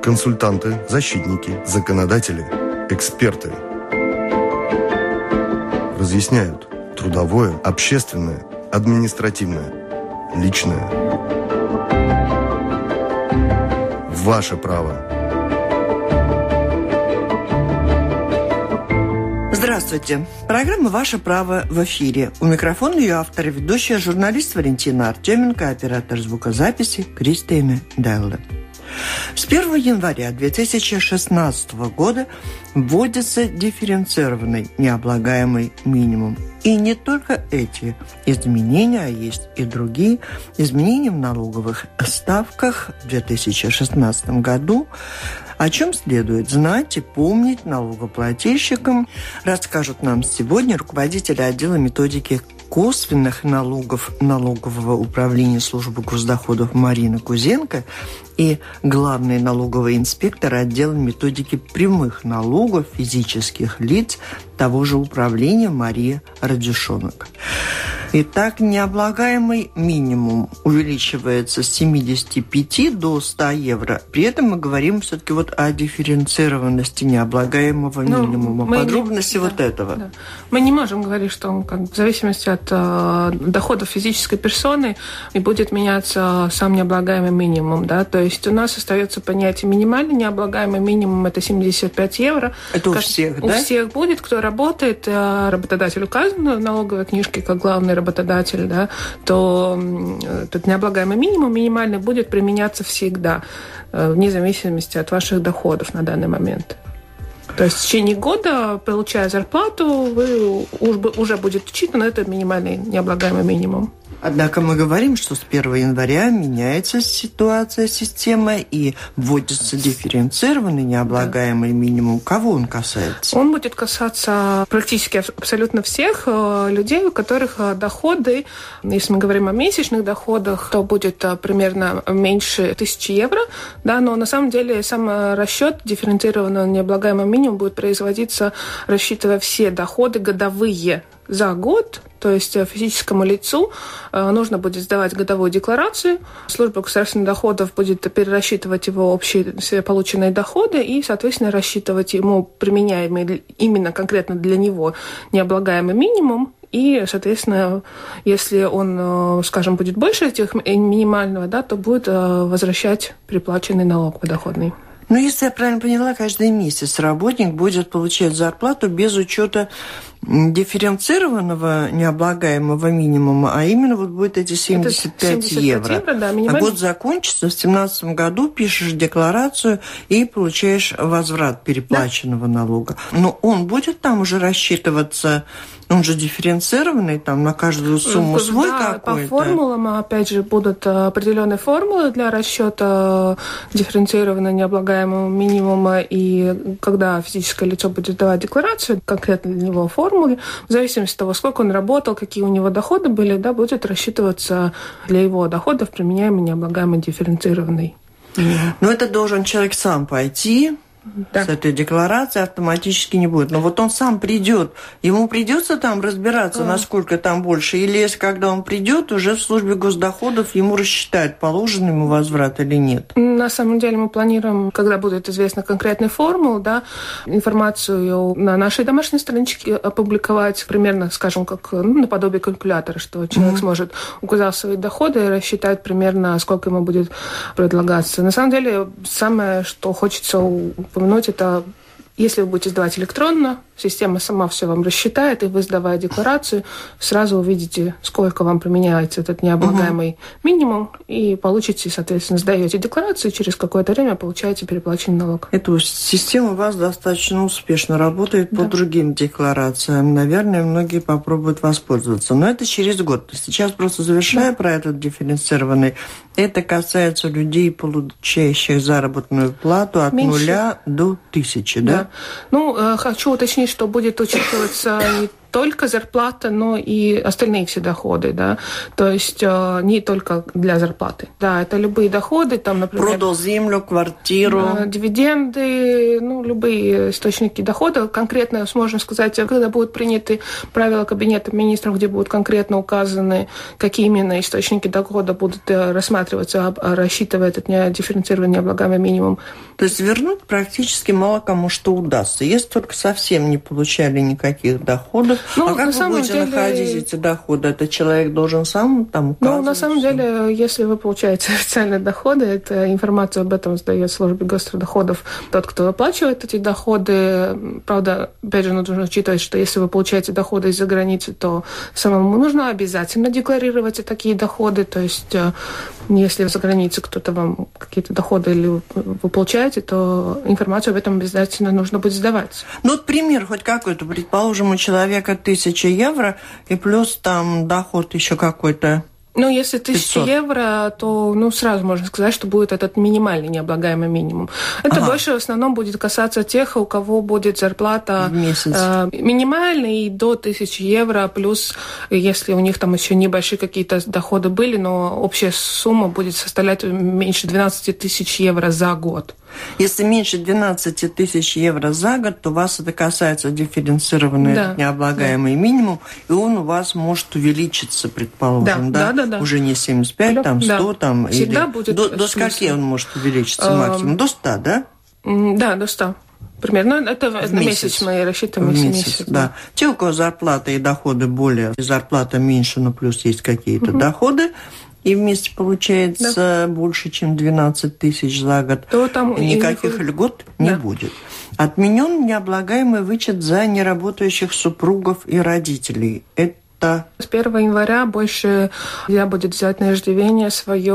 Консультанты, защитники, законодатели, эксперты разъясняют трудовое, общественное, административное, личное. Ваше право. Здравствуйте. Программа «Ваше право» в эфире. У микрофона ее автор и ведущая журналист Валентина Артеменко, оператор звукозаписи Кристина Делла. С 1 января 2016 года вводится дифференцированный необлагаемый минимум. И не только эти изменения, а есть и другие изменения в налоговых ставках в 2016 году, о чем следует знать и помнить налогоплательщикам, расскажут нам сегодня руководители отдела методики косвенных налогов налогового управления службы госдоходов Марина Кузенко и главный налоговый инспектор отдела методики прямых налогов физических лиц того же управления Мария Радюшонок. Итак, необлагаемый минимум увеличивается с 75 до 100 евро. При этом мы говорим все-таки вот о дифференцированности необлагаемого минимума. Подробности этого. Да. Мы не можем говорить, что он в зависимости от доходов физической персоны и будет меняться сам необлагаемый минимум. Да? То есть у нас остается понятие минимальный необлагаемый минимум – это 75 евро. Это у всех, да? У всех будет, кто работает, работодатель указан в налоговой книжке как главный работодатель, да, то этот необлагаемый минимум минимальный будет применяться всегда, вне зависимости от ваших доходов на данный момент. То есть в течение года, получая зарплату, вы уже будет учитан этот минимальный необлагаемый минимум. Однако мы говорим, что с 1 января меняется ситуация, система, и вводится дифференцированный необлагаемый минимум. Кого он касается? Он будет касаться практически абсолютно всех людей, у которых доходы, если мы говорим о месячных доходах, то будет примерно меньше 1000 евро, да, но на самом деле сам расчет дифференцированного необлагаемого минимума будет производиться, рассчитывая все доходы годовые за год, то есть физическому лицу нужно будет сдавать годовую декларацию, служба государственных доходов будет перерасчитывать его общие все полученные доходы и, соответственно, рассчитывать ему применяемый именно конкретно для него необлагаемый минимум. И, соответственно, если он, скажем, будет больше этих минимального, да, то будет возвращать приплаченный налог подоходный. Ну, если я правильно поняла, каждый месяц работник будет получать зарплату без учета дифференцированного необлагаемого минимума, а именно вот будет эти 75 евро. Да, а год закончится, в 2017 году пишешь декларацию и получаешь возврат переплаченного налога. Но он будет там уже рассчитываться, он же дифференцированный, там на каждую сумму свой какой-то. По формулам, опять же, будут определенные формулы для расчета дифференцированного необлагаемого минимума, и когда физическое лицо будет давать декларацию, конкретно для него формулы, в зависимости от того, сколько он работал, какие у него доходы были, да, будет рассчитываться для его доходов применяемый необлагаемый дифференцированный минимум. Но это должен человек сам пойти. Да. С этой декларацией автоматически не будет. Но вот он сам придет, ему придется там разбираться, насколько там больше, или если когда он придет, уже в службе госдоходов ему рассчитают, положен ему возврат или нет. На самом деле мы планируем, когда будет известна конкретная формула, да, информацию на нашей домашней страничке опубликовать примерно, скажем, как наподобие калькулятора, что человек сможет указать свои доходы и рассчитать примерно, сколько ему будет предлагаться. На самом деле, самое, что хочется упомянуть, это если вы будете сдавать электронно, система сама все вам рассчитает, и вы, сдавая декларацию, сразу увидите, сколько вам применяется этот необлагаемый минимум, и получите, соответственно, сдаете декларацию, и через какое-то время получаете переплаченный налог. Эта система у вас достаточно успешно работает по другим декларациям. Наверное, многие попробуют воспользоваться. Но это через год. Сейчас просто завершаю про этот дифференцированный. Это касается людей, получающих заработную плату от 0 до 1000, да? Ну, хочу уточнить, что будет учитываться не только зарплата, но и остальные все доходы, да, то есть не только для зарплаты. Да, это любые доходы, там, например... Продал землю, квартиру. Дивиденды, любые источники дохода. Конкретно можно сказать, когда будут приняты правила Кабинета министров, где будут конкретно указаны, какие именно источники дохода будут рассматриваться, рассчитывая этот дифференцированный необлагаемый минимум. То есть вернуть практически мало кому что удастся. Если только совсем не получали никаких доходов. А как вы будете находить эти доходы? Это человек должен сам там указывать? На самом деле, если вы получаете официальные доходы, это информацию об этом сдает службе госдоходов тот, кто выплачивает эти доходы. Правда, опять же, нужно учитывать, что если вы получаете доходы из-за границы, то самому нужно обязательно декларировать такие доходы. То есть, если за границей кто-то вам какие-то доходы или вы получаете, то информацию об этом обязательно нужно будет сдавать. Пример хоть какой-то. Предположим, у человека 1000 евро и плюс там доход еще какой-то. Если 1000 евро, то сразу можно сказать, что будет этот минимальный необлагаемый минимум. Это больше в основном будет касаться тех, у кого будет зарплата минимальная и до 1000 евро, плюс если у них там еще небольшие какие-то доходы были, но общая сумма будет составлять меньше 12 тысяч евро за год. Если меньше 12 тысяч евро за год, то вас это касается дифференцированный необлагаемый минимум, и он у вас может увеличиться, предположим, да? Уже не 75, там 100, там... Всегда или... будет... До скольки он может увеличиться максимум? До 100, да? Да, до 100. Примерно. Это на месяц мы рассчитываем. В месяц, да. Те, у кого зарплата и доходы более, зарплата меньше, но плюс есть какие-то доходы, и вместе получается больше, чем 12 тысяч за год, то там никаких льгот не будет. Отменен необлагаемый вычет за неработающих супругов и родителей. С 1 января больше нельзя будет взять на иждивение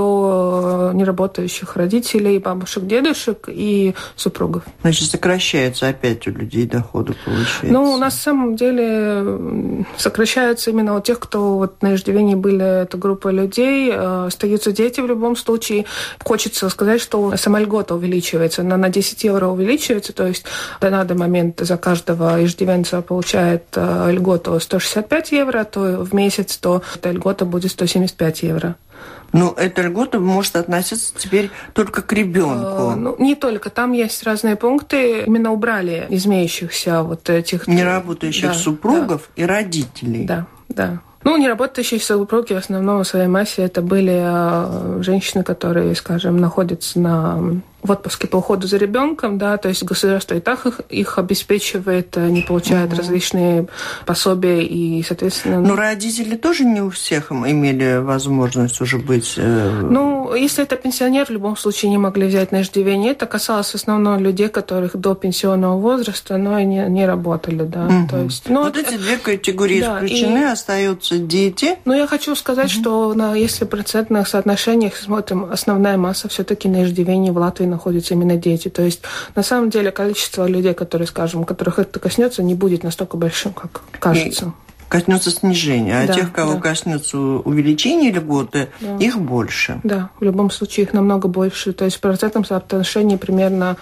свое неработающих родителей, бабушек, дедушек и супругов. Значит, сокращается опять у людей доходы, получается? На самом деле сокращаются именно у тех, кто на иждивении были, эта группа людей. Остаются дети в любом случае. Хочется сказать, что сама льгота увеличивается. Она на 10 евро увеличивается, то есть на данный момент за каждого иждивенца получает льготу 165 евро, то в месяц, то эта льгота будет 175 евро. Эта льгота может относиться теперь только к ребенку. Не только. Там есть разные пункты. Именно убрали из имеющихся этих... Неработающих супругов и родителей. Да. Неработающие супруги в основном в своей массе это были женщины, которые, скажем, находятся в отпуске по уходу за ребенком, да, то есть государство и так их обеспечивает, они получают различные пособия и, соответственно... Но родители тоже не у всех имели возможность уже быть... Если это пенсионер, в любом случае не могли взять на иждивение. Это касалось в основном людей, которых до пенсионного возраста, но и не работали, да. То есть, эти две категории исключены, остаются дети. Я хочу сказать, что если в процентных соотношениях смотрим, основная масса все-таки на иждивении в Латвии находятся именно дети. То есть, на самом деле, количество людей, которых это коснется, не будет настолько большим, как кажется. Коснется снижения, тех, кого коснется увеличения льготы, их больше. Да, в любом случае их намного больше. То есть в процентном соотношении примерно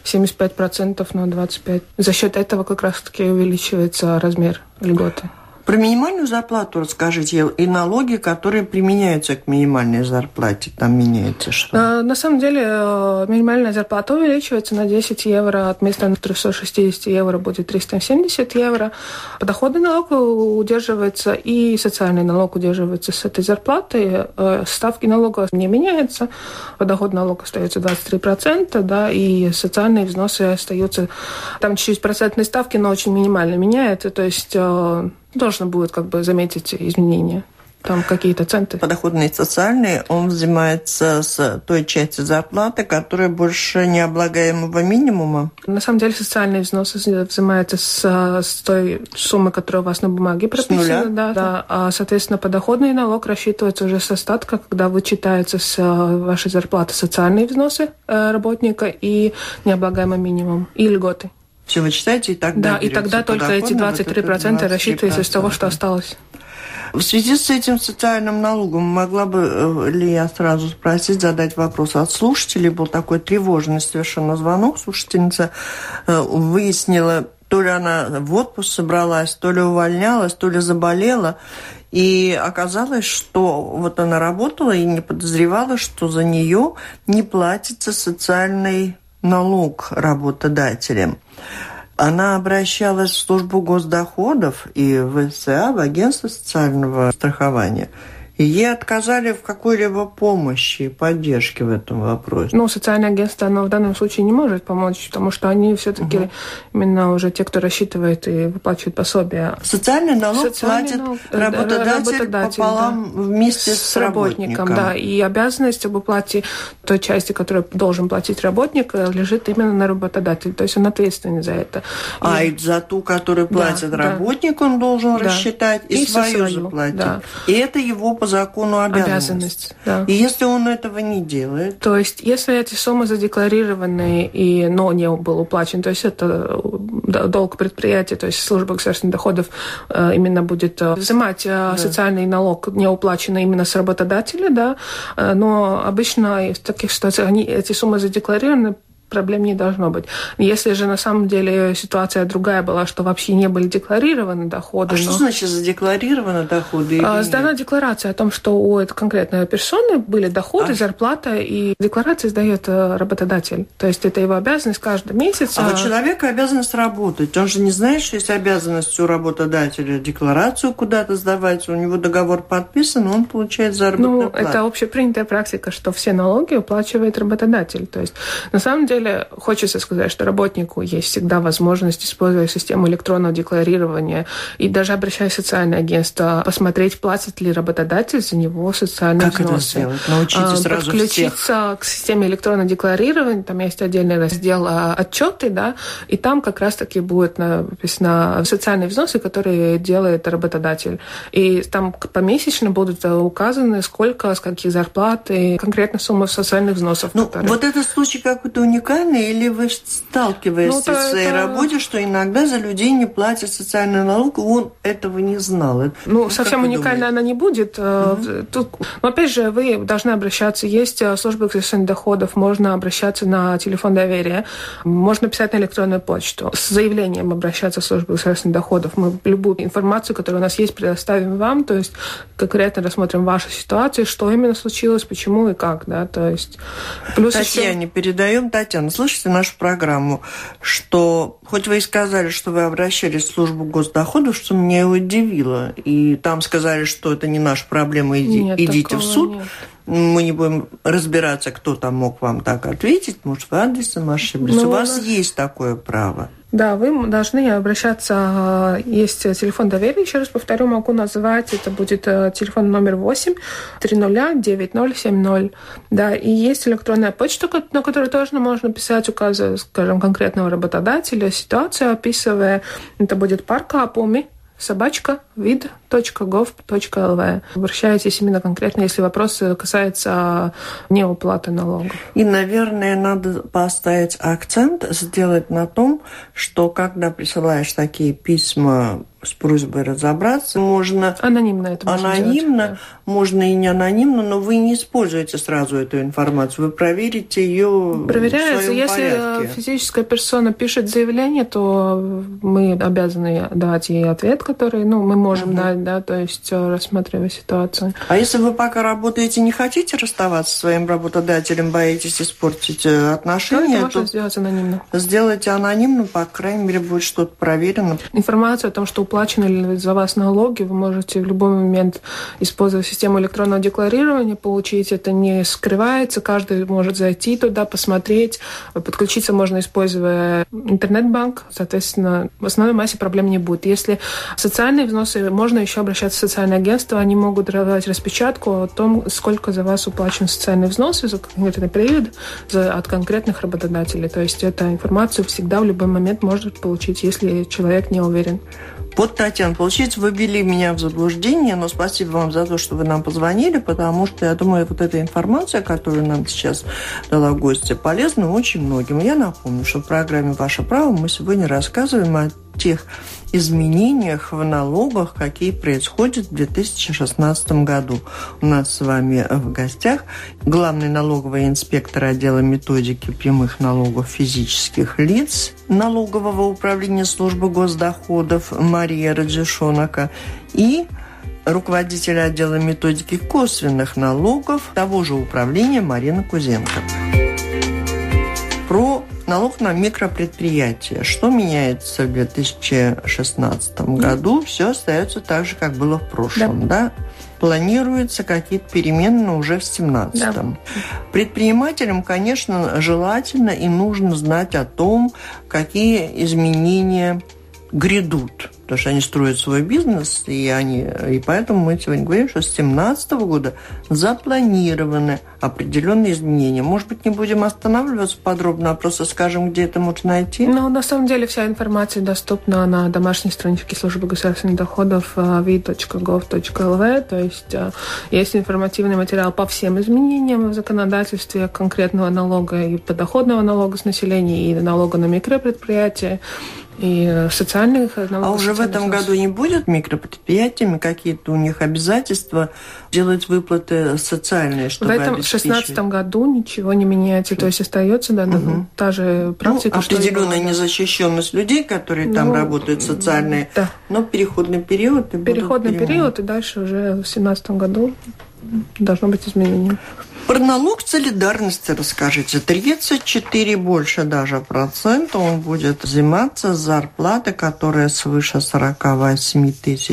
75% на 25%. За счет этого как раз-таки увеличивается размер льготы. Про минимальную зарплату расскажите и налоги, которые применяются к минимальной зарплате. Там меняется что? На самом деле минимальная зарплата увеличивается на 10 евро. От вместо 360 евро будет 370 евро. Подоходный налог удерживается и социальный налог удерживается с этой зарплаты. Ставки налога не меняются. Подоходный налог остается 23%, да, и социальные взносы остаются... Там чуть-чуть процентные ставки, но очень минимально меняются. То есть... должно будет заметить изменения. Там какие-то центы. Подоходный и социальный, он взимается с той части зарплаты, которая больше необлагаемого минимума. На самом деле социальные взносы взимаются с той суммы, которая у вас на бумаге прописана. Да. А, соответственно, подоходный налог рассчитывается уже с остатка, когда вычитается с вашей зарплаты социальные взносы работника и необлагаемый минимум, и льготы. Все вы читаете, и тогда да, и тогда только эти 23% рассчитываются из того, что осталось. В связи с этим социальным налогом могла бы ли я сразу спросить, задать вопрос от слушателей? Был такой тревожный совершенно звонок. Слушательница выяснила, То ли она в отпуск собралась, то ли увольнялась, то ли заболела. И оказалось, что вот она работала и не подозревала, что за нее не платится социальный налог работодателям. Она обращалась в службу госдоходов и в ВСА, в агентство социального страхования. И ей отказали в какой-либо помощи и поддержке в этом вопросе. Ну, социальное агентство, оно в данном случае не может помочь, потому что они все-таки именно уже те, кто рассчитывает и выплачивает пособия. Социальный налог платит работодатель пополам вместе с работником. Да, и обязанность об уплате той части, которую должен платить работник, лежит именно на работодателе. То есть он ответственен за это. И за ту, которую платит работник, он должен рассчитать и свою заплатить. Да. И это его по закону обязанность. Да. И если он этого не делает... То есть, если эти суммы задекларированы, но не был уплачен, то есть это долг предприятия, то есть служба государственных доходов именно будет взимать социальный налог неуплаченный именно с работодателя, да, но обычно в таких ситуациях эти суммы задекларированы, проблем не должно быть. Если же на самом деле ситуация другая была, что вообще не были декларированы доходы. Что значит задекларированы доходы? Сдана декларация о том, что у этой конкретной персоны были доходы, зарплата, и декларация сдает работодатель. То есть это его обязанность каждый месяц. А у человека обязанность работать. Он же не знает, что есть обязанность у работодателя декларацию куда-то сдавать. У него договор подписан, он получает заработную плату. Это общепринятая практика, что все налоги уплачивает работодатель. То есть на самом деле хочется сказать, что работнику есть всегда возможность, используя систему электронного декларирования и даже обращаясь в социальное агентство, посмотреть, платит ли работодатель за него социальные взносы. Как это сделать? Научите сразу подключиться к системе электронного декларирования. Там есть отдельный раздел «Отчеты», да, и там как раз-таки будет написано социальные взносы, которые делает работодатель. И там помесячно будут указаны, сколько, с каких зарплат и конкретно сумма социальных взносов. Вот этот случай какой-то уникальный, или вы сталкиваетесь в своей работе, что иногда за людей не платят социальный налог, он этого не знал? Совсем уникально она не будет. Тут, но опять же, вы должны обращаться. Есть служба государственных доходов, можно обращаться на телефон доверия, можно писать на электронную почту. С заявлением обращаться в службу государственных доходов. Мы любую информацию, которая у нас есть, предоставим вам, то есть конкретно рассмотрим вашу ситуацию, что именно случилось, почему и как. Да? То есть, плюс Татьяне передаем. Татьяна, слышите нашу программу, что хоть вы и сказали, что вы обращались в службу госдоходов, что меня удивило, и там сказали, что это не наша проблема, идите в суд. Нет. Мы не будем разбираться, кто там мог вам так ответить, может, вы адресом ошиблись. У вас есть такое право. Да, вы должны обращаться. Есть телефон доверия, еще раз повторю, могу назвать. Это будет телефон номер 8-300-9070. Да, и есть электронная почта, на которую тоже можно писать, указывая, скажем, конкретного работодателя, ситуацию описывая. Это будет parkāpumi@vid.gov.lv. Обращайтесь именно конкретно, если вопрос касается неуплаты налогов. И, наверное, надо поставить акцент, сделать на том, что когда присылаешь такие письма с просьбой разобраться, можно... Анонимно это можно делать. Можно и не анонимно, но вы не используете сразу эту информацию, вы проверите ее. Проверяется. В своем порядке. Если физическая персона пишет заявление, то мы обязаны дать ей ответ, который мы можем дать, да, то есть рассматривая ситуацию. А если вы пока работаете, не хотите расставаться со своим работодателем, боитесь испортить отношения, то можно сделать анонимно. Сделайте анонимно, по крайней мере, будет что-то проверено. Информацию о том, что уплачены ли за вас налоги, вы можете в любой момент, используя систему электронного декларирования, получить. Это не скрывается, каждый может зайти туда, посмотреть. Подключиться можно, используя интернет-банк. Соответственно, в основной массе проблем не будет. Если социальные взносы, можно еще обращаться в социальное агентство. Они могут давать распечатку о том, сколько за вас уплачен социальный взнос за конкретный период от конкретных работодателей. То есть эту информацию всегда в любой момент может получить, если человек не уверен. Вот, Татьяна, получается, вы ввели меня в заблуждение, но спасибо вам за то, что вы нам позвонили, потому что, я думаю, вот эта информация, которую нам сейчас дала гостья, полезна очень многим. Я напомню, что в программе «Ваше право» мы сегодня рассказываем о тех изменениях в налогах, какие происходят в 2016 году. У нас с вами в гостях главный налоговый инспектор отдела методики прямых налогов физических лиц налогового управления службы госдоходов Мария Раджишонака и руководитель отдела методики косвенных налогов того же управления Марина Кузенко. Про налог на микропредприятия. Что меняется в 2016 году? Все остается так же, как было в прошлом. Да? Планируются какие-то перемены уже в 2017. Да. Предпринимателям, конечно, желательно и нужно знать о том, какие изменения грядут. Потому что они строят свой бизнес, и поэтому мы сегодня говорим, что с 2017 года запланированы определенные изменения. Может быть, не будем останавливаться подробно, а просто скажем, где это можно найти? Ну, на самом деле, вся информация доступна на домашней страничке службы государственных доходов vid.gov.lv. То есть есть информативный материал по всем изменениям в законодательстве конкретного налога и подоходного налога с населения, и налога на микропредприятия, и социальных налогов. А уже в этом году не будет микропредприятиями какие-то у них обязательства делать выплаты социальные, чтобы в этом 2016 году ничего не меняется, то есть остается та же практика. Определенная незащищенность людей, которые там работают, социальные, да. Но переходный период. Переходный период, и дальше уже в 2017 году должно быть изменение. Про налог солидарности расскажите. 34 больше даже процента он будет взиматься с зарплаты, которая свыше 48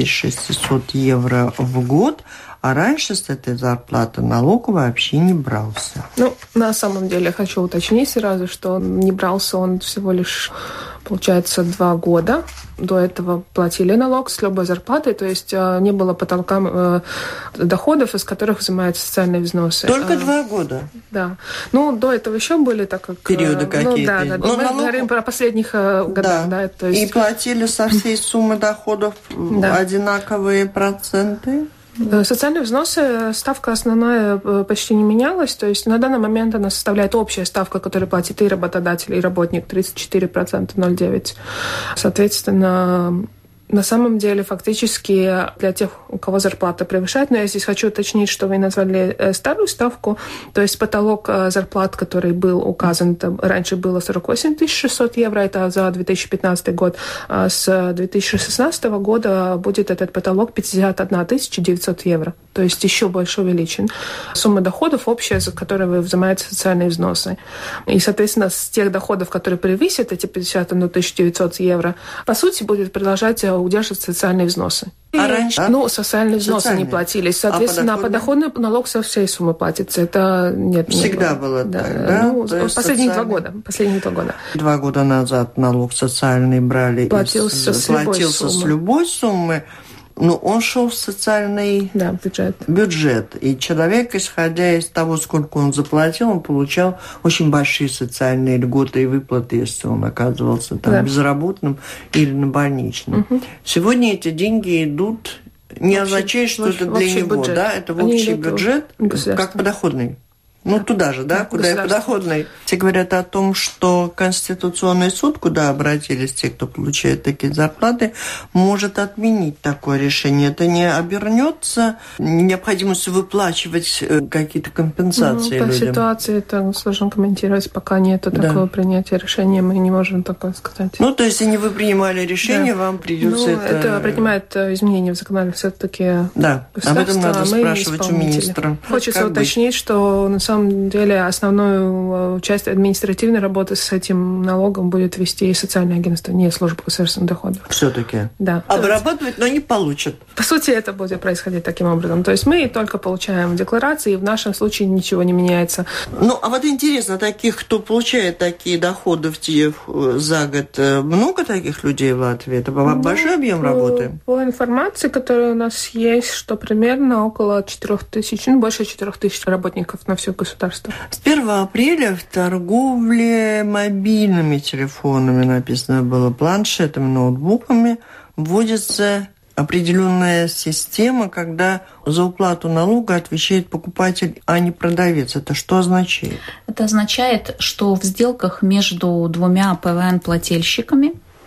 600 евро в год. А раньше с этой зарплаты налог вообще не брался. Ну, на самом деле, хочу уточнить сразу, что не брался он всего лишь, получается, 2 года. До этого платили налог с любой зарплатой, то есть не было потолка доходов, из которых взимаются социальные взносы. Только 2 года? Да. Ну, до этого еще были, так как... Периоды какие-то. Да. Мы говорим про последних годах. Да. То есть... И платили со всей суммы доходов одинаковые проценты? Социальные взносы, ставка основная почти не менялась. То есть на данный момент она составляет общая ставка, которую платит и работодатель, и работник, 34%, 0,9%. Соответственно, на самом деле, фактически, для тех, у кого зарплата превышает, но я здесь хочу уточнить, что вы назвали старую ставку, то есть потолок зарплат, который был указан, раньше было 48 600 евро, это за 2015 год, а с 2016 года будет этот потолок 51 900 евро, то есть еще больше увеличен. Сумма доходов общая, за которую взимаются социальные взносы. И, соответственно, с тех доходов, которые превысят эти 51 900 евро, по сути, будет продолжать удерживать социальные взносы. А раньше? Ну, социальные взносы не платились. Соответственно, подоходный налог со всей суммы платится. Это нет. Всегда было так, да? Ну, последние 2 года. 2 года назад налог социальный брали. Платился с любой суммы. Но он шел в социальный бюджет. И человек, исходя из того, сколько он заплатил, он получал очень большие социальные льготы и выплаты, если он оказывался там безработным или на больничном. Сегодня эти деньги идут, не означает, что это для него, бюджет. Да? Это в общий бюджет, как подоходный. Ну, туда же, да, куда и подоходный. Те говорят о том, что Конституционный суд, куда обратились те, кто получает такие зарплаты, может отменить такое решение. Это не обернется необходимостью выплачивать какие-то компенсации людям. По ситуации это сложно комментировать, пока нет такого принятия решения, мы не можем такое сказать. Ну, то есть, если вы принимали решение, вам придется это принимает изменения в законодательстве все-таки государство. Об этом надо спрашивать у министра. Хочется уточнить, что на самом деле основную часть административной работы с этим налогом будет вести социальное агентство, не служба государственных доходов. Все-таки? Да. Обрабатывать, но не получат. По сути, это будет происходить таким образом. То есть мы только получаем декларации, и в нашем случае ничего не меняется. Ну, а вот интересно, таких, кто получает такие доходы за год, много таких людей в Латвии? Это большой объем работы? По информации, которая у нас есть, что примерно около 4 тысяч, больше 4 тысяч работников на все государство. С 1 апреля в торговле мобильными телефонами, написано было, планшетами, ноутбуками, вводится определенная система, когда за уплату налога отвечает покупатель, а не продавец. Это что означает? Это означает, что в сделках между 2 ПВН-плательщиками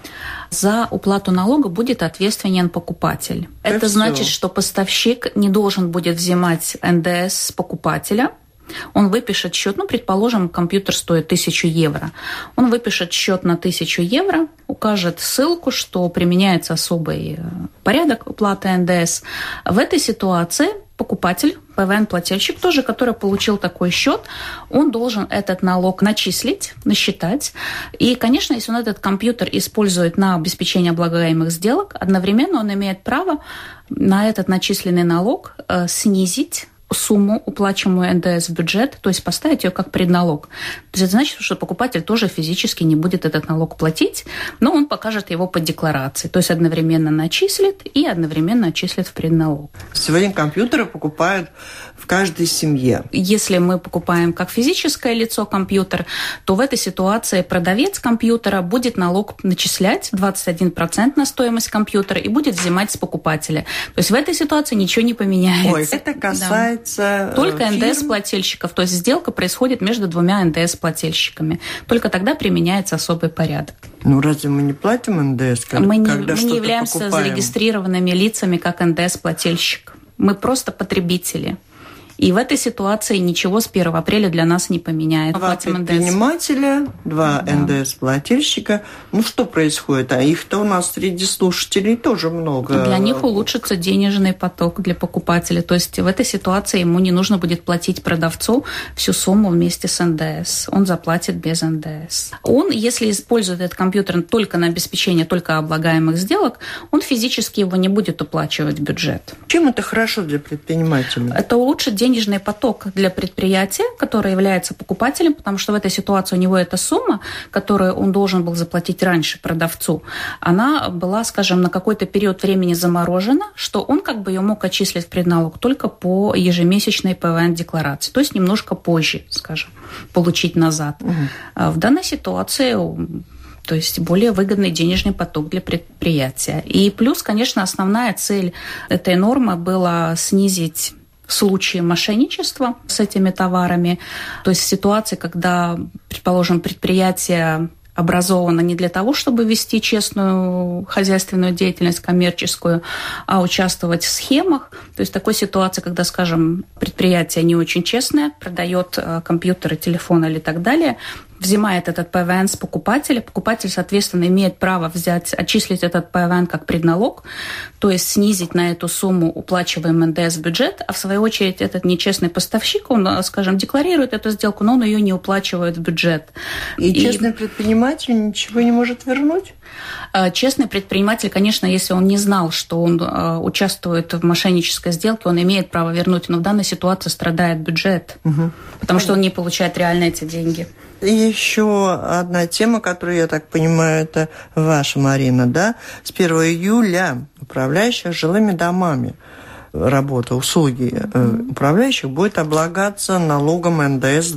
за уплату налога будет ответственен покупатель. Это значит, что поставщик не должен будет взимать НДС с покупателя. Он выпишет счет, предположим, компьютер стоит 1000 евро. Он выпишет счет на 1000 евро, укажет ссылку, что применяется особый порядок уплаты НДС. В этой ситуации покупатель, ПВН-плательщик тоже, который получил такой счет, он должен этот налог начислить, насчитать. И, конечно, если он этот компьютер использует на обеспечение облагаемых сделок, одновременно он имеет право на этот начисленный налог снизить сумму, уплачиваемую НДС в бюджет, то есть поставить ее как предналог. То есть это значит, что покупатель тоже физически не будет этот налог платить, но он покажет его по декларации. То есть одновременно начислит и одновременно отчислит в предналог. Сегодня компьютеры покупают в каждой семье. Если мы покупаем как физическое лицо компьютер, то в этой ситуации продавец компьютера будет налог начислять 21% на стоимость компьютера и будет взимать с покупателя. То есть в этой ситуации ничего не поменяется. Ой, это касается только фирм? НДС-плательщиков. То есть сделка происходит между двумя НДС-плательщиками. Только тогда применяется особый порядок. Разве мы не платим НДС, мы не являемся покупаем? Зарегистрированными лицами как НДС-плательщик. Мы просто потребители. И в этой ситуации ничего с 1 апреля для нас не поменяется. 2 предпринимателя, 2 НДС-плательщика. Что происходит? А их-то у нас среди слушателей тоже много. Для них улучшится денежный поток для покупателя. То есть в этой ситуации ему не нужно будет платить продавцу всю сумму вместе с НДС. Он заплатит без НДС. Он, если использует этот компьютер только на обеспечение только облагаемых сделок, он физически его не будет уплачивать в бюджет. Чем это хорошо для предпринимателей? Это улучшит денежный поток для предприятия, которое является покупателем, потому что в этой ситуации у него эта сумма, которую он должен был заплатить раньше продавцу, она была, скажем, на какой-то период времени заморожена, что он ее мог отчислить в предналог только по ежемесячной ПВН-декларации, то есть немножко позже, скажем, получить назад. В данной ситуации то есть более выгодный денежный поток для предприятия. И плюс, конечно, основная цель этой нормы была снизить случаи мошенничества с этими товарами. То есть в ситуации, когда, предположим, предприятие образовано не для того, чтобы вести честную хозяйственную деятельность, коммерческую, а участвовать в схемах. То есть в такой ситуации, когда, скажем, предприятие не очень честное, продает компьютеры, телефоны или так далее, взимает этот ПВН с покупателя. Покупатель, соответственно, имеет право отчислить этот ПВН как предналог, то есть снизить на эту сумму уплачиваемый НДС в бюджет, а в свою очередь этот нечестный поставщик, он, скажем, декларирует эту сделку, но он ее не уплачивает в бюджет. И честный предприниматель ничего не может вернуть? Честный предприниматель, конечно, если он не знал, что он участвует в мошеннической сделке, он имеет право вернуть, но в данной ситуации страдает бюджет, потому что он не получает реально эти деньги. И еще одна тема, которую, я так понимаю, это ваша, Марина, да? С 1 июля управляющих жилыми домами работа, услуги управляющих будет облагаться налогом НДС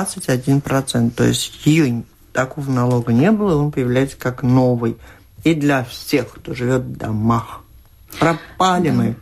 21%. То есть ее такого налога не было, он появляется как новый. И для всех, кто живет в домах. Пропали мы.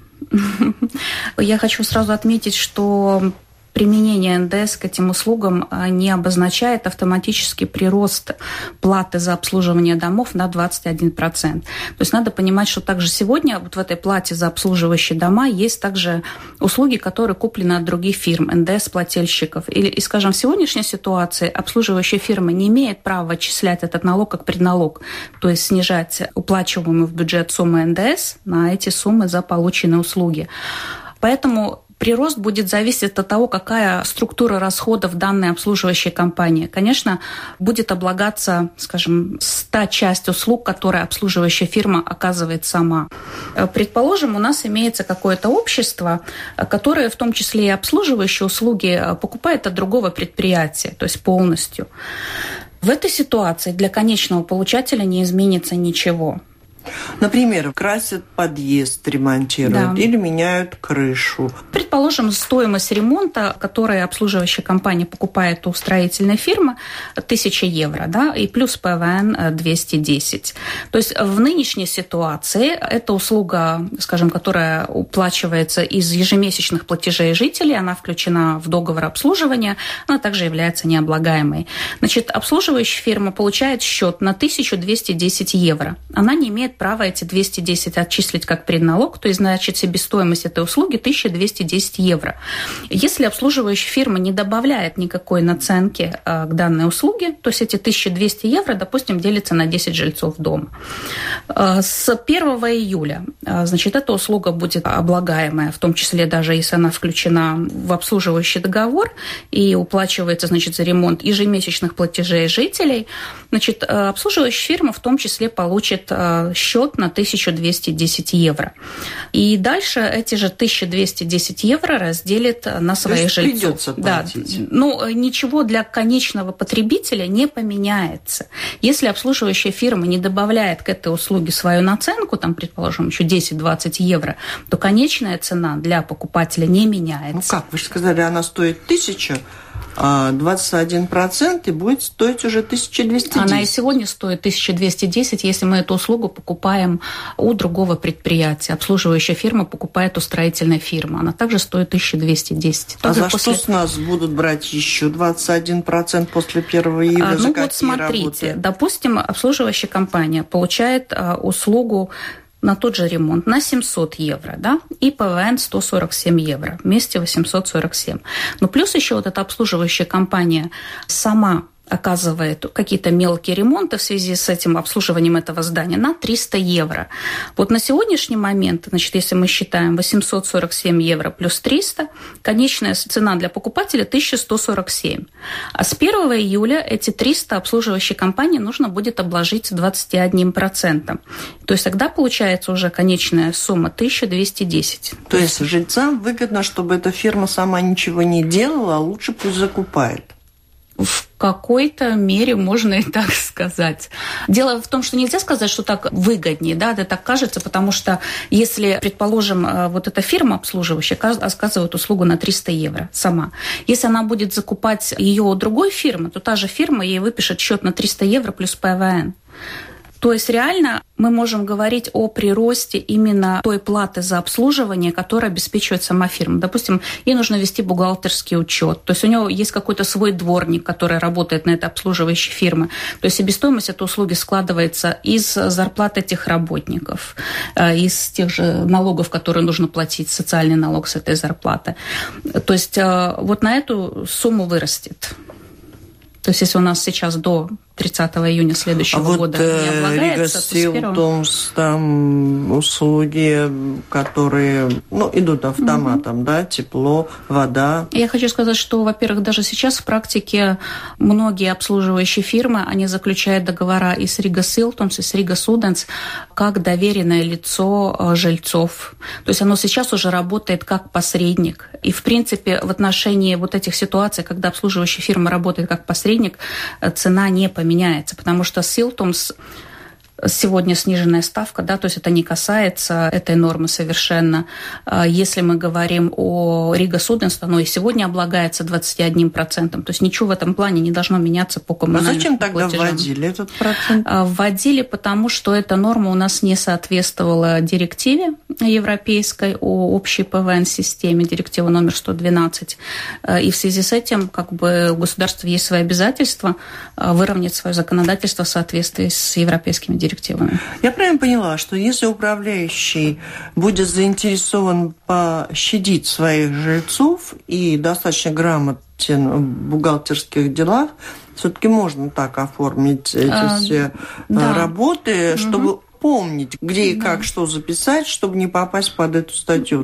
Я хочу сразу отметить, что применение НДС к этим услугам не обозначает автоматический прирост платы за обслуживание домов на 21%. То есть надо понимать, что также сегодня в этой плате за обслуживающие дома есть также услуги, которые куплены от других фирм, НДС-плательщиков. И, скажем, в сегодняшней ситуации обслуживающая фирма не имеет права отчислять этот налог как предналог, то есть снижать уплачиваемую в бюджет суммы НДС на эти суммы за полученные услуги. Поэтому прирост будет зависеть от того, какая структура расходов данной обслуживающей компании. Конечно, будет облагаться, скажем, та часть услуг, которые обслуживающая фирма оказывает сама. Предположим, у нас имеется какое-то общество, которое в том числе и обслуживающие услуги покупает от другого предприятия, то есть полностью. В этой ситуации для конечного получателя не изменится ничего. Например, красят подъезд, ремонтируют, или меняют крышу. Предположим, стоимость ремонта, который обслуживающая компания покупает у строительной фирмы, 1000 евро, да, и плюс ПВН 210. То есть в нынешней ситуации эта услуга, скажем, которая уплачивается из ежемесячных платежей жителей, она включена в договор обслуживания, она также является необлагаемой. Значит, обслуживающая фирма получает счет на 1210 евро. Она не имеет права эти 210 отчислить как предналог, то есть, значит, себестоимость этой услуги 1210 евро. Если обслуживающая фирма не добавляет никакой наценки к данной услуге, то есть эти 1200 евро, допустим, делятся на 10 жильцов дома. С 1 июля, значит, эта услуга будет облагаемая, в том числе даже если она включена в обслуживающий договор и уплачивается, значит, за ремонт ежемесячных платежей жителей, значит, обслуживающая фирма в том числе получит счет на 1210 евро. И дальше эти же 1210 евро разделит на своих жильцов. Придется платить. Да. Ну, ничего для конечного потребителя не поменяется. Если обслуживающая фирма не добавляет к этой услуге свою наценку, там, предположим, еще 10-20 евро, то конечная цена для покупателя не меняется. Ну как, вы же сказали, она стоит 1000, а 21% и будет стоить уже 1210. Она и сегодня стоит 1210, если мы эту услугу покупаем у другого предприятия. Обслуживающая фирма покупает у строительной фирмы. Она также стоит 1210. А за что с нас будут брать еще 21% после 1 июля? Ну вот смотрите, работы? Допустим, обслуживающая компания получает услугу на тот же ремонт на 700 евро, да, и ПВН 147 евро, вместе 847. Но плюс еще вот эта обслуживающая компания сама оказывает какие-то мелкие ремонты в связи с этим обслуживанием этого здания на 300 евро. Вот на сегодняшний момент, значит, если мы считаем 847 евро плюс 300, конечная цена для покупателя 1147. А с 1 июля эти 300 обслуживающей компании нужно будет обложить 21%. То есть тогда получается уже конечная сумма 1210. То есть жильцам выгодно, чтобы эта фирма сама ничего не делала, а лучше пусть закупает. В какой-то мере можно и так сказать. Дело в том, что нельзя сказать, что так выгоднее, да, это так кажется, потому что если, предположим, вот эта фирма обслуживающая оказывает услугу на 300 евро сама, если она будет закупать ее у другой фирмы, то та же фирма ей выпишет счет на 300 евро плюс ПВН. То есть реально мы можем говорить о приросте именно той платы за обслуживание, которая обеспечивает сама фирма. Допустим, ей нужно вести бухгалтерский учет. То есть у него есть какой-то свой дворник, который работает на этой обслуживающей фирме. То есть себестоимость этой услуги складывается из зарплат этих работников, из тех же налогов, которые нужно платить, социальный налог с этой зарплаты. То есть вот на эту сумму вырастет. То есть если у нас сейчас до 30 июня следующего года не облагается, то Рига Силтумс, там услуги, которые идут автоматом, да, тепло, вода. Я хочу сказать, что, во-первых, даже сейчас в практике многие обслуживающие фирмы, они заключают договора и с Рига Силтумс, и с Рига Суденс как доверенное лицо жильцов. То есть оно сейчас уже работает как посредник. И, в принципе, в отношении вот этих ситуаций, когда обслуживающая фирма работает как посредник, цена не поменяется, потому что Силтумс сегодня сниженная ставка, да, то есть это не касается этой нормы совершенно. Если мы говорим о Рига Суденс, оно и сегодня облагается 21%, то есть ничего в этом плане не должно меняться по коммунальным платежам. А зачем тогда вводили этот процент? Вводили, потому что эта норма у нас не соответствовала директиве европейской о общей ПВН-системе, директива номер 112. И в связи с этим у государства есть свои обязательства выровнять свое законодательство в соответствии с европейскими директивами. Я правильно поняла, что если управляющий будет заинтересован пощадить своих жильцов и достаточно грамотен в бухгалтерских делах, все-таки можно так оформить эти все работы, чтобы помнить, где и как что записать, чтобы не попасть под эту статью в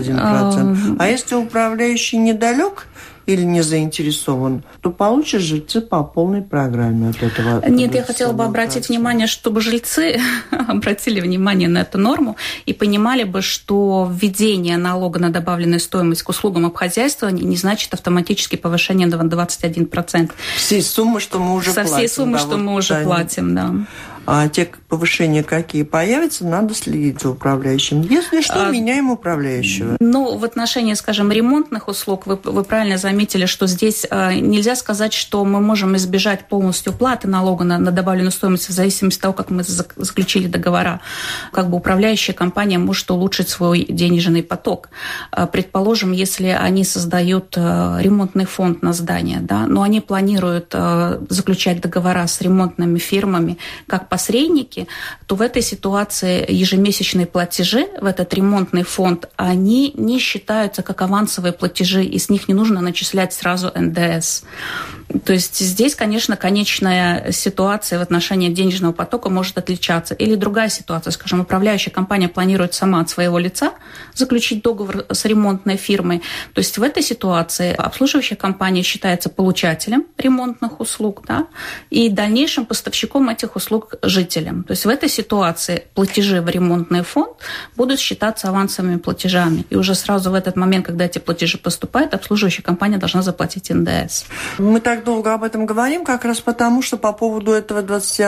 21%. А если управляющий недалек или не заинтересован, то получат жильцы по полной программе от этого. Нет, я хотела бы обратить внимание, чтобы жильцы обратили внимание на эту норму и понимали бы, что введение налога на добавленную стоимость к услугам обхозяйствования не значит автоматически повышение на 21%. Всей суммы, что мы уже платим. Со всей суммы, что мы уже платим, да. А те повышения, какие появятся, надо следить за управляющим. Если что, меняем управляющего. Ну, в отношении, скажем, ремонтных услуг, вы правильно заметили, что здесь нельзя сказать, что мы можем избежать полностью уплаты налога на добавленную стоимость в зависимости от того, как мы заключили договора. Как бы управляющая компания может улучшить свой денежный поток. Предположим, если они создают ремонтный фонд на здание, да, но они планируют заключать договора с ремонтными фирмами как посредники, то в этой ситуации ежемесячные платежи в этот ремонтный фонд, они не считаются как авансовые платежи, и с них не нужно начислять сразу НДС. То есть здесь, конечно, конечная ситуация в отношении денежного потока может отличаться. Или другая ситуация, скажем, управляющая компания планирует сама от своего лица заключить договор с ремонтной фирмой. То есть в этой ситуации обслуживающая компания считается получателем ремонтных услуг, да, и дальнейшим поставщиком этих услуг жителям. То есть в этой ситуации платежи в ремонтный фонд будут считаться авансовыми платежами. И уже сразу в этот момент, когда эти платежи поступают, обслуживающая компания должна заплатить НДС. Мы так долго об этом говорим, как раз потому, что по поводу этого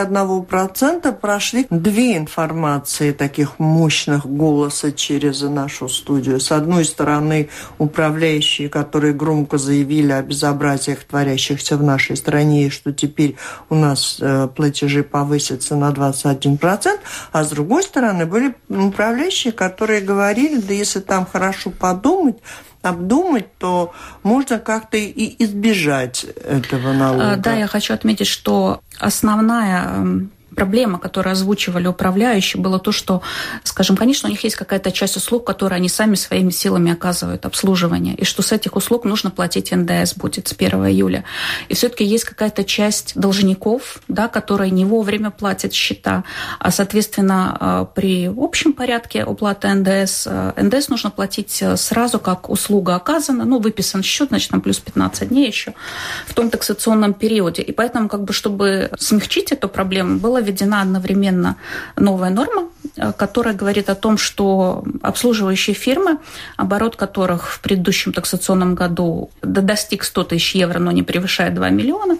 21% прошли две информации таких мощных голоса через нашу студию. С одной стороны, управляющие, которые громко заявили о безобразиях, творящихся в нашей стране, и что теперь у нас платежи повысятся на 21%, а с другой стороны, были управляющие, которые говорили, да если там хорошо подумать, обдумать, то можно как-то и избежать этого налога. Да, я хочу отметить, что основная проблема, которую озвучивали управляющие, было то, что, скажем, конечно, у них есть какая-то часть услуг, которые они сами своими силами оказывают, обслуживание, и что с этих услуг нужно платить НДС будет с 1 июля. И все-таки есть какая-то часть должников, да, которые не вовремя платят счета, а, соответственно, при общем порядке уплаты НДС нужно платить сразу, как услуга оказана, выписан счет, значит, там плюс 15 дней еще в том таксационном периоде. И поэтому, чтобы смягчить эту проблему, было введена одновременно новая норма, которая говорит о том, что обслуживающие фирмы, оборот которых в предыдущем таксационном году достиг 100 тысяч евро, но не превышает 2 миллиона,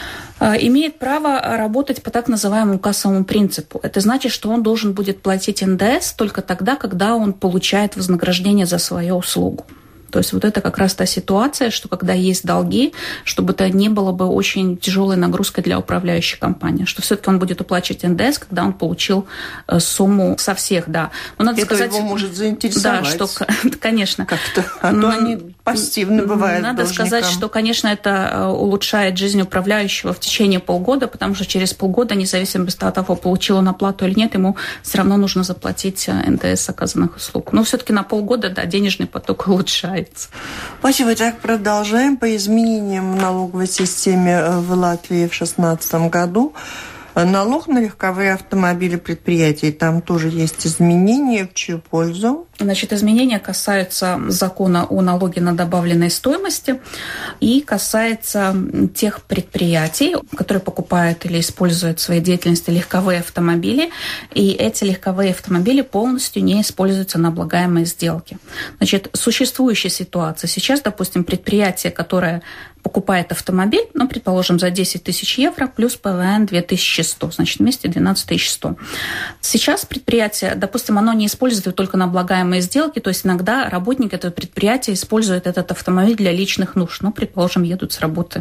имеет право работать по так называемому кассовому принципу. Это значит, что он должен будет платить НДС только тогда, когда он получает вознаграждение за свою услугу. То есть это как раз та ситуация, что когда есть долги, чтобы это не было бы очень тяжелой нагрузкой для управляющей компании, что все-таки он будет уплачивать НДС, когда он получил сумму со всех, да. Но надо сказать, его может заинтересовать. Да, что, конечно. Как-то. А то они пассивны бывают. Надо сказать, что, конечно, это улучшает жизнь управляющего в течение полгода, потому что через полгода, независимо от того, получил он оплату или нет, ему все равно нужно заплатить НДС оказанных услуг. Но все-таки на полгода, да, денежный поток улучшается. Спасибо. Так, продолжаем. По изменениям в налоговой системе в Латвии в 2016 году налог на легковые автомобили предприятий. Там тоже есть изменения. В чью пользу? Значит, изменения касаются закона о налоге на добавленной стоимости и касается тех предприятий, которые покупают или используют в своей деятельности легковые автомобили, и эти легковые автомобили полностью не используются на облагаемые сделки. Значит, существующая ситуация. Сейчас, допустим, предприятие, которое покупает автомобиль, предположим, за 10 тысяч евро плюс ПВН 2100, значит, вместе 12 100. Сейчас предприятие, допустим, оно не использует только на облагаемые сделки, то есть иногда работник этого предприятия использует этот автомобиль для личных нужд. Предположим, едут с работы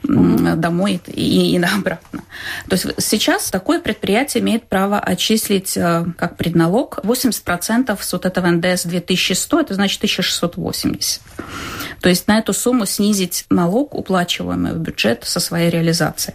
домой и обратно. То есть сейчас такое предприятие имеет право отчислить как предналог 80% с этого НДС 2100, это значит 1680. То есть на эту сумму снизить налог, уплачиваемый в бюджет со своей реализацией.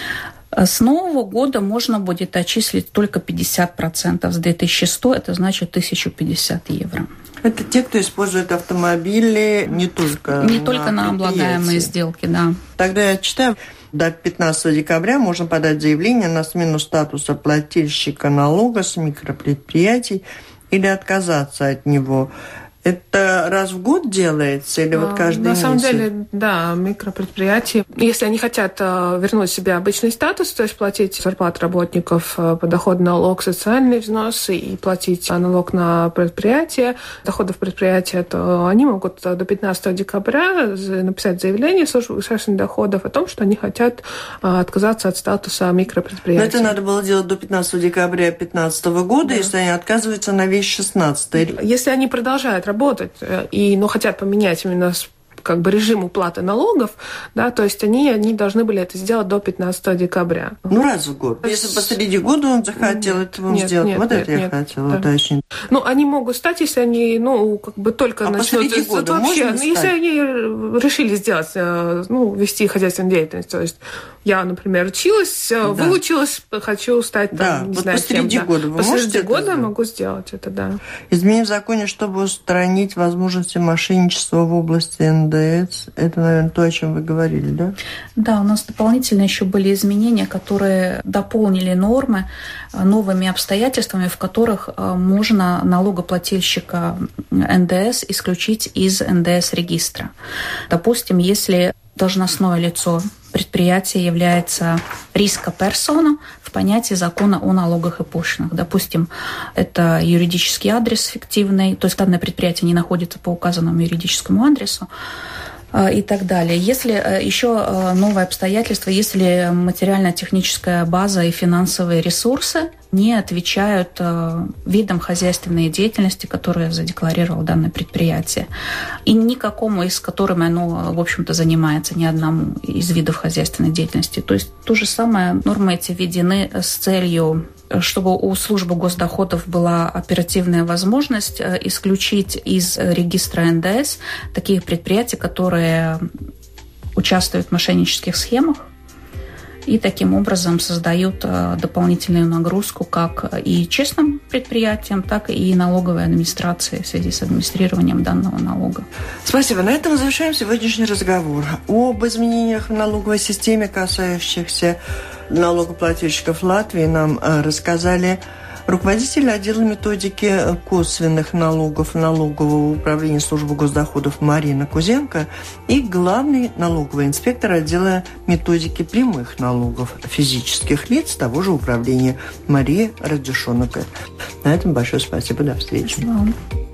С нового года можно будет отчислить только 50% с 2100, это значит 1050 евро. Это те, кто использует автомобили не только на облагаемые сделки, да. Тогда я читаю. До 15 декабря можно подать заявление на смену статуса плательщика налога с микропредприятий или отказаться от него. Это раз в год делается или вот каждый месяц? На самом деле, да, микропредприятия, если они хотят вернуть себе обычный статус, то есть платить зарплату работников, подоходный налог, социальные взносы и платить налог на предприятие, доходов предприятия, то они могут до 15 декабря написать заявление в службу государственных доходов о том, что они хотят отказаться от статуса микропредприятия. Но это надо было делать до 15 декабря 2015 года, да. Если они отказываются на весь 16. Если они продолжают работать но хотят поменять именно как бы режим уплаты налогов, да, то есть они должны были это сделать до 15 декабря. Раз в год. Если посреди года он захотел этого сделать, я хотела уточнить. Они могут стать, если они, как бы только начнут... Посреди года вообще, можно если они решили сделать, вести хозяйственную деятельность, то есть я, например, училась, выучилась, хочу стать, не знаю, посреди года вы посреди года могу сделать это, да. Изменить в законе, чтобы устранить возможности мошенничества в области НДС. Это, наверное, то, о чем вы говорили, да? Да, у нас дополнительно еще были изменения, которые дополнили нормы новыми обстоятельствами, в которых можно налогоплательщика НДС исключить из НДС-регистра. Допустим, если должностное лицо предприятия является риска-персона в понятии закона о налогах и пошлинах. Допустим, это юридический адрес фиктивный, то есть данное предприятие не находится по указанному юридическому адресу и так далее. Если еще новое обстоятельство, если материально-техническая база и финансовые ресурсы не отвечают видам хозяйственной деятельности, которые задекларировало данное предприятие, и никакому из которыми оно, в общем-то, занимается, ни одному из видов хозяйственной деятельности. То есть то же самое, нормы эти введены с целью, чтобы у службы госдоходов была оперативная возможность исключить из регистра НДС такие предприятия, которые участвуют в мошеннических схемах и таким образом создают дополнительную нагрузку как и честным предприятиям, так и налоговой администрации в связи с администрированием данного налога. Спасибо. На этом завершаем сегодняшний разговор. Об изменениях в налоговой системе, касающихся налогоплательщиков Латвии, нам рассказали руководитель отдела методики косвенных налогов налогового управления службы госдоходов Марина Кузенко и главный налоговый инспектор отдела методики прямых налогов физических лиц того же управления Мария Радюшонок. На этом большое спасибо. До встречи. Спасибо.